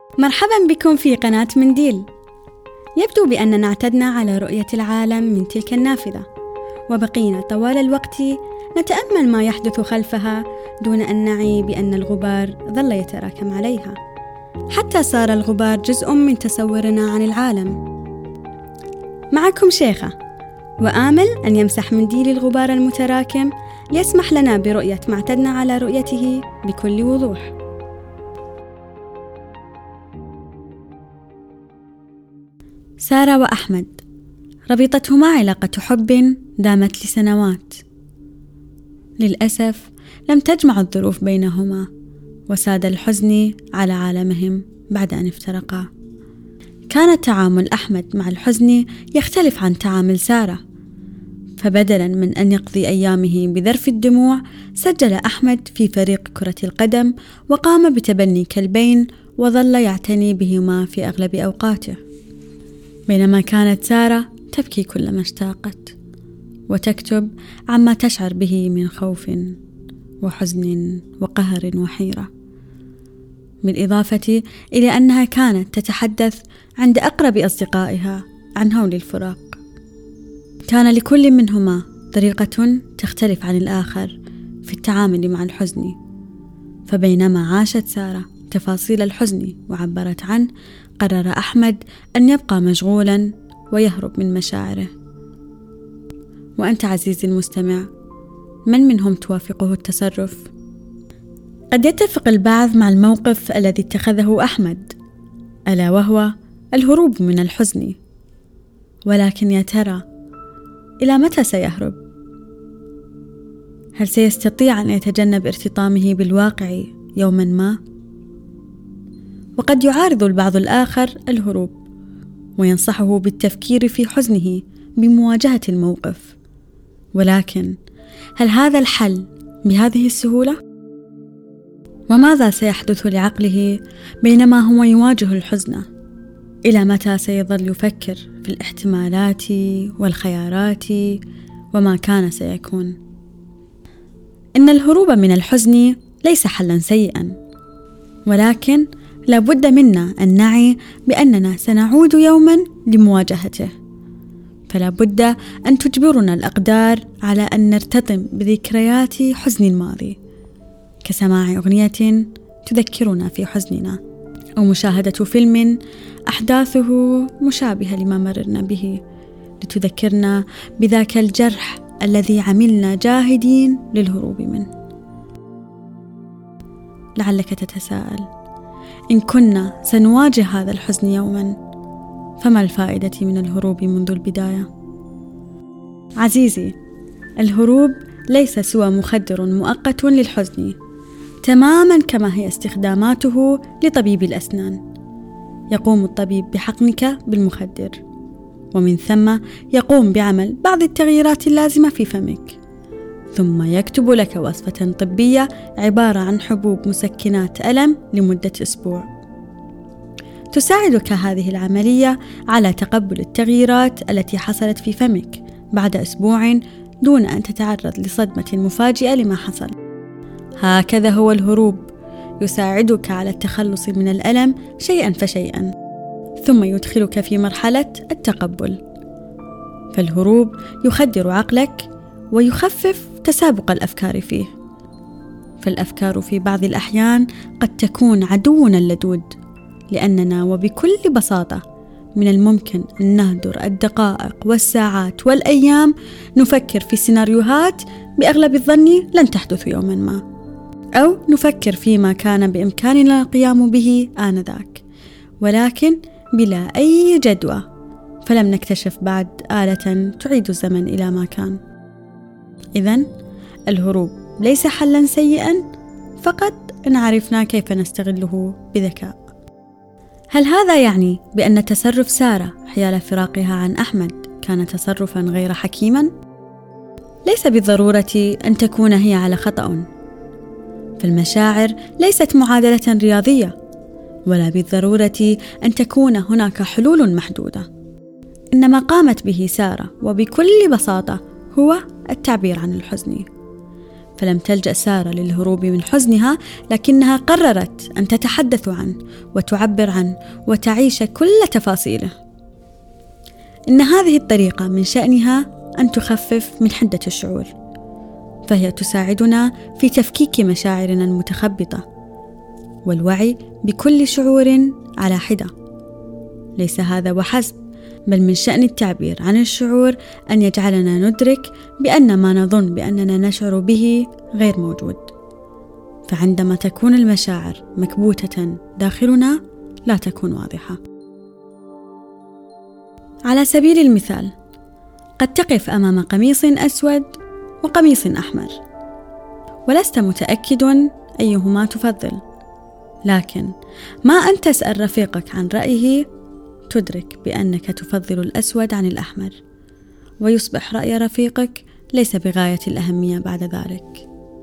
مرحبا بكم في قناة منديل. يبدو بأننا اعتدنا على رؤية العالم من تلك النافذة، وبقينا طوال الوقت نتأمل ما يحدث خلفها دون أن نعي بأن الغبار ظل يتراكم عليها، حتى صار الغبار جزء من تصورنا عن العالم. معكم شيخة، وآمل أن يمسح منديل الغبار المتراكم ليسمح لنا برؤية ما اعتدنا على رؤيته بكل وضوح. سارة وأحمد ربطتهما علاقة حب دامت لسنوات. للأسف لم تجمع الظروف بينهما، وساد الحزن على عالمهم بعد أن افترقا. كان تعامل أحمد مع الحزن يختلف عن تعامل سارة، فبدلا من أن يقضي أيامه بذرف الدموع، سجل أحمد في فريق كرة القدم وقام بتبني كلبين وظل يعتني بهما في أغلب أوقاته، بينما كانت سارة تبكي كلما اشتاقت وتكتب عما تشعر به من خوف وحزن وقهر وحيرة، بالإضافة إلى أنها كانت تتحدث عند أقرب أصدقائها عن هول الفراق. كان لكل منهما طريقة تختلف عن الآخر في التعامل مع الحزن، فبينما عاشت سارة تفاصيل الحزن وعبرت عنه، قرر أحمد أن يبقى مشغولا ويهرب من مشاعره. وأنت عزيزي المستمع، من منهم توافقه التصرف؟ قد يتفق البعض مع الموقف الذي اتخذه أحمد، ألا وهو الهروب من الحزن، ولكن يا ترى إلى متى سيهرب؟ هل سيستطيع أن يتجنب ارتطامه بالواقع يوما ما؟ وقد يعارض البعض الآخر الهروب وينصحه بالتفكير في حزنه بمواجهة الموقف، ولكن هل هذا الحل بهذه السهولة؟ وماذا سيحدث لعقله بينما هو يواجه الحزن؟ إلى متى سيظل يفكر في الاحتمالات والخيارات وما كان سيكون؟ إن الهروب من الحزن ليس حلا سيئا، ولكن لا بد منا أن نعي بأننا سنعود يوما لمواجهته، فلا بد أن تجبرنا الأقدار على أن نرتطم بذكريات حزن الماضي، كسماع أغنية تذكرنا في حزننا، أو مشاهدة فيلم أحداثه مشابهة لما مررنا به لتذكرنا بذاك الجرح الذي عملنا جاهدين للهروب منه. لعلك تتساءل، إن كنا سنواجه هذا الحزن يوما، فما الفائدة من الهروب منذ البداية؟ عزيزي، الهروب ليس سوى مخدر مؤقت للحزن، تماما كما هي استخداماته لطبيب الأسنان. يقوم الطبيب بحقنك بالمخدر، ومن ثم يقوم بعمل بعض التغييرات اللازمة في فمك، ثم يكتب لك وصفة طبية عبارة عن حبوب مسكنات ألم لمدة أسبوع. تساعدك هذه العملية على تقبل التغييرات التي حصلت في فمك بعد أسبوع دون أن تتعرض لصدمة مفاجئة لما حصل. هكذا هو الهروب، يساعدك على التخلص من الألم شيئا فشيئا، ثم يدخلك في مرحلة التقبل. فالهروب يخدر عقلك ويخفف تسابق الأفكار فيه، فالأفكار في بعض الأحيان قد تكون عدونا اللدود، لأننا وبكل بساطة من الممكن أن نهدر الدقائق والساعات والأيام نفكر في سيناريوهات بأغلب الظن لن تحدث يوما ما، أو نفكر فيما كان بإمكاننا القيام به آنذاك ولكن بلا أي جدوى، فلم نكتشف بعد آلة تعيد الزمن إلى ما كان. إذن الهروب ليس حلا سيئا، فقط إن عرفنا كيف نستغله بذكاء. هل هذا يعني بأن تصرف سارة حيال فراقها عن أحمد كان تصرفا غير حكيما؟ ليس بالضرورة أن تكون هي على خطأ، فالمشاعر ليست معادلة رياضية، ولا بالضرورة أن تكون هناك حلول محدودة. إنما قامت به سارة وبكل بساطة هو التعبير عن الحزن، فلم تلجأ سارة للهروب من حزنها، لكنها قررت أن تتحدث عنه وتعبر عنه وتعيش كل تفاصيله. إن هذه الطريقة من شأنها أن تخفف من حدة الشعور، فهي تساعدنا في تفكيك مشاعرنا المتخبطة والوعي بكل شعور على حدة. ليس هذا وحسب، بل من شأن التعبير عن الشعور أن يجعلنا ندرك بأن ما نظن بأننا نشعر به غير موجود. فعندما تكون المشاعر مكبوتة داخلنا لا تكون واضحة. على سبيل المثال، قد تقف أمام قميص أسود وقميص أحمر، ولست متأكد أيهما تفضل، لكن ما أن تسأل رفيقك عن رأيه تدرك بأنك تفضل الأسود عن الأحمر، ويصبح رأي رفيقك ليس بغاية الأهمية بعد ذلك.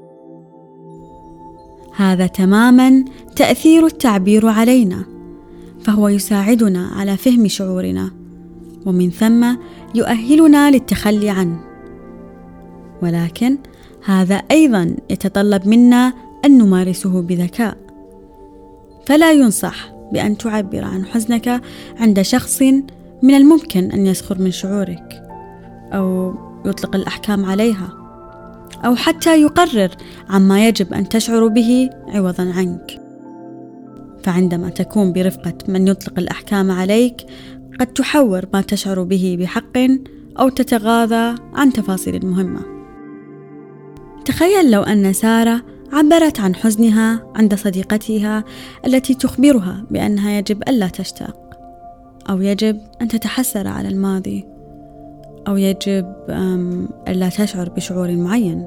هذا تماما تأثير التعبير علينا، فهو يساعدنا على فهم شعورنا، ومن ثم يؤهلنا للتخلي عنه. ولكن هذا أيضا يتطلب منا أن نمارسه بذكاء، فلا ينصح بأن تعبر عن حزنك عند شخص من الممكن أن يسخر من شعورك، أو يطلق الأحكام عليها، أو حتى يقرر عما يجب أن تشعر به عوضا عنك. فعندما تكون برفقة من يطلق الأحكام عليك قد تحور ما تشعر به بحق، أو تتغاضى عن تفاصيل مهمة. تخيل لو أن سارة عبرت عن حزنها عند صديقتها التي تخبرها بأنها يجب ألا تشتاق، أو يجب أن تتحسر على الماضي، أو يجب ألا تشعر بشعور معين.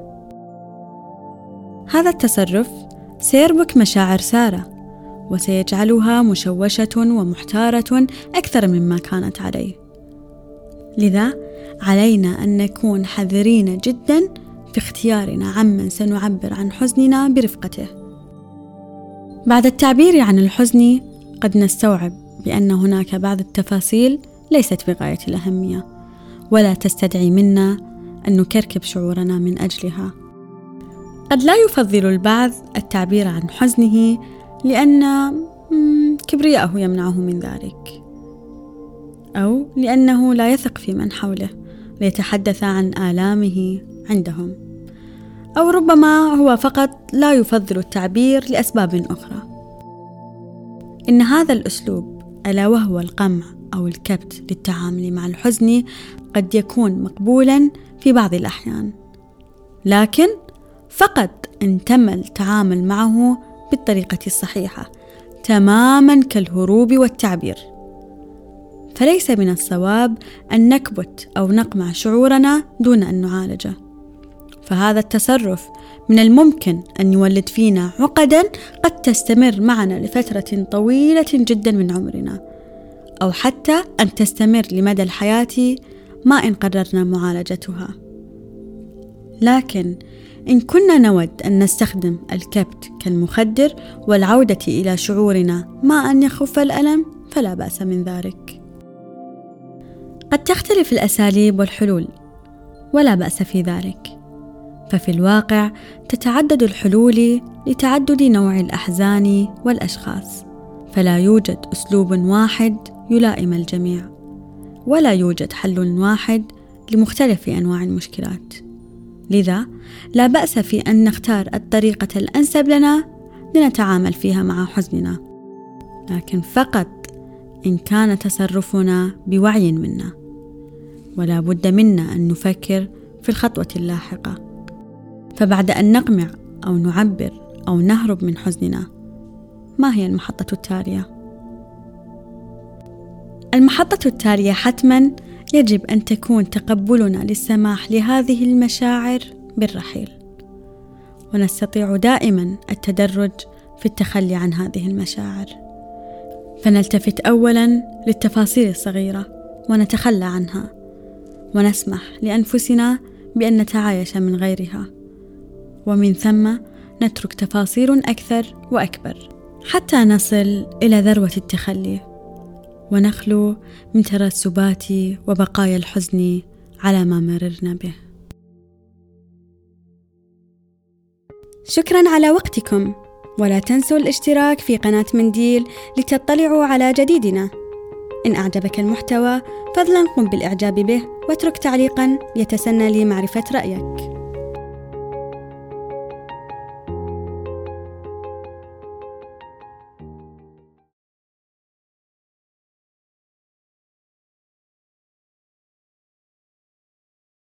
هذا التصرف سيربك مشاعر سارة، وسيجعلها مشوشة ومحتارة أكثر مما كانت عليه. لذا علينا أن نكون حذرين جدا في اختيارنا عمن سنعبر عن حزننا برفقته. بعد التعبير عن الحزن قد نستوعب بأن هناك بعض التفاصيل ليست بغاية الأهمية، ولا تستدعي منا أن نكركب شعورنا من أجلها. قد لا يفضل البعض التعبير عن حزنه لأن كبرياءه يمنعه من ذلك، أو لأنه لا يثق في من حوله ليتحدث عن آلامه عندهم، أو ربما هو فقط لا يفضل التعبير لأسباب أخرى. إن هذا الأسلوب، ألا وهو القمع أو الكبت للتعامل مع الحزن، قد يكون مقبولا في بعض الأحيان، لكن فقط إن تم التعامل معه بالطريقة الصحيحة، تماما كالهروب والتعبير. فليس من الصواب أن نكبت أو نقمع شعورنا دون أن نعالجه، فهذا التصرف من الممكن أن يولد فينا عقدا قد تستمر معنا لفترة طويلة جدا من عمرنا، أو حتى أن تستمر لمدى الحياة ما إن قررنا معالجتها. لكن إن كنا نود أن نستخدم الكبت كالمخدر والعودة إلى شعورنا ما أن يخف الألم، فلا بأس من ذلك. قد تختلف الأساليب والحلول، ولا بأس في ذلك، ففي الواقع تتعدد الحلول لتعدد نوع الأحزان والأشخاص، فلا يوجد أسلوب واحد يلائم الجميع، ولا يوجد حل واحد لمختلف أنواع المشكلات. لذا لا بأس في أن نختار الطريقة الأنسب لنا لنتعامل فيها مع حزننا، لكن فقط إن كان تصرفنا بوعي منا، ولا بد منا أن نفكر في الخطوة اللاحقة. فبعد أن نقمع أو نعبر أو نهرب من حزننا، ما هي المحطة التالية؟ المحطة التالية حتما يجب أن تكون تقبلنا للسماح لهذه المشاعر بالرحيل، ونستطيع دائما التدرج في التخلي عن هذه المشاعر، فنلتفت أولا للتفاصيل الصغيرة ونتخلى عنها، ونسمح لأنفسنا بأن نتعايش من غيرها، ومن ثم نترك تفاصيل أكثر وأكبر حتى نصل إلى ذروة التخلي، ونخلو من ترسبات وبقايا الحزن على ما مررنا به. شكرا على وقتكم، ولا تنسوا الاشتراك في قناة منديل لتطلعوا على جديدنا. إن أعجبك المحتوى فضلا قم بالإعجاب به واترك تعليقا يتسنى لي معرفة رأيك.